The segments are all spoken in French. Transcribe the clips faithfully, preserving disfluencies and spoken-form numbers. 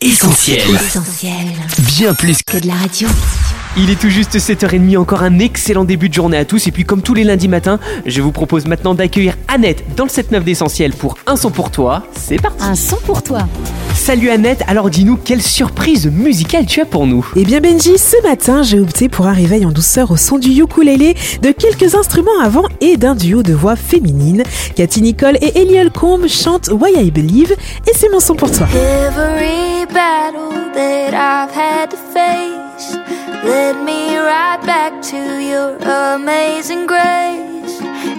Essentiel. Essentiel. Bien plus que de la radio. Il est tout juste sept heures trente, encore un excellent début de journée à tous. Et puis comme tous les lundis matins, je vous propose maintenant d'accueillir Annette dans le sept neuf d'Essentiel pour Un son pour toi. C'est parti. Un son pour toi. Salut Annette, alors dis-nous quelle surprise musicale tu as pour nous. Eh bien Benji, ce matin j'ai opté pour un réveil en douceur au son du ukulélé, de quelques instruments avant et d'un duo de voix féminines. Cathy Nicole et Ellie Holcomb chantent Why I Believe et c'est mon son pour toi. Every battle that I've had to face led me right back to your amazing grace.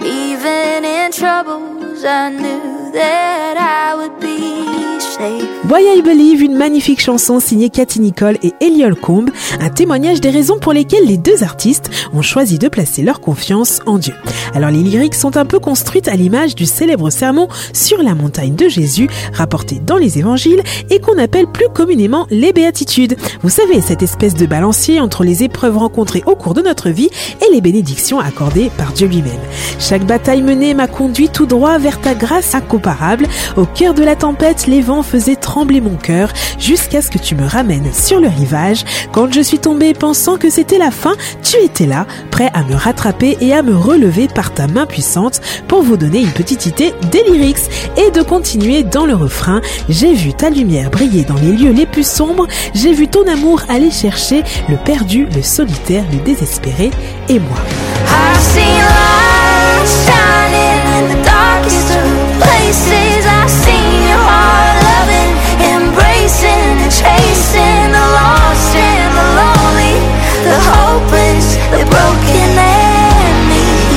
Even in troubles I knew that I would be safe. Why I Believe, une magnifique chanson signée Cathy Nicole et Ellie Holcomb, un témoignage des raisons pour lesquelles les deux artistes ont choisi de placer leur confiance en Dieu. Alors les lyriques sont un peu construites à l'image du célèbre sermon sur la montagne de Jésus, rapporté dans les évangiles et qu'on appelle plus communément les béatitudes. Vous savez, cette espèce de balancier entre les épreuves rencontrées au cours de notre vie et les bénédictions accordées par Dieu lui-même. Chaque bataille menée m'a conduit tout droit vers ta grâce incomparable. Au cœur de la tempête, les vents faisaient trembler mon cœur jusqu'à ce que tu me ramènes sur le rivage. Quand je suis tombée pensant que c'était la fin, tu étais là, prêt à me rattraper et à me relever par ta main puissante pour vous donner une petite idée des lyrics et de continuer dans le refrain. J'ai vu ta lumière briller dans les lieux les plus sombres, j'ai vu ton amour aller chercher le perdu, le solitaire, le désespéré et moi. I've seen light shining in the darkest of places. I've seen your heart loving, embracing and chasing the lost and the lonely, the hopeless, the broken and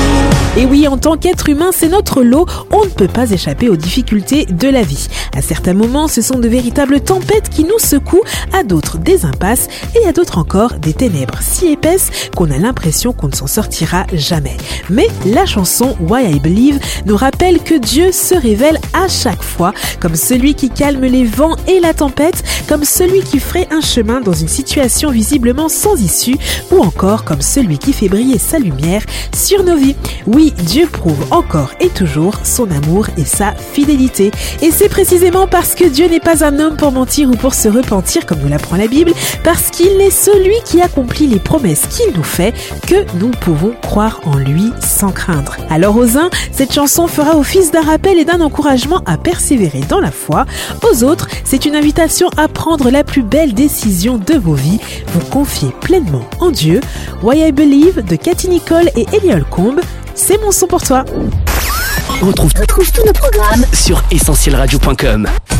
me. Et oui, en tant qu'être humain, c'est notre lot, on ne peut pas échapper aux difficultés de la vie. À certains moments, ce sont de véritables tempêtes qui nous secouent, à d'autres des impasses et à d'autres encore des ténèbres si épaisses qu'on a l'impression qu'on ne s'en sortira jamais. Mais la chanson Why I Believe nous rappelle que Dieu se révèle à chaque fois comme celui qui calme les vents et la tempête, comme celui qui ferait un chemin dans une situation visiblement sans issue ou encore comme celui qui fait briller sa lumière sur nos vies. Oui, Dieu prouve encore et toujours son amour et sa fidélité. Et c'est précisément parce que Dieu n'est pas un homme pour mentir ou pour se repentir, comme nous l'apprend la Bible, parce qu'il est celui qui accomplit les promesses qu'il nous fait, que nous pouvons croire en lui sans craindre. Alors aux uns, cette chanson fera office d'un rappel et d'un encouragement à persévérer dans la foi. Aux autres, c'est une invitation à prendre la plus belle décision de vos vies, vous confier pleinement en Dieu. Why I Believe de Cathy Nicole et Ellie Holcomb, c'est mon son pour toi. On retrouve, retrouve tous nos programmes sur essentiel radio point com.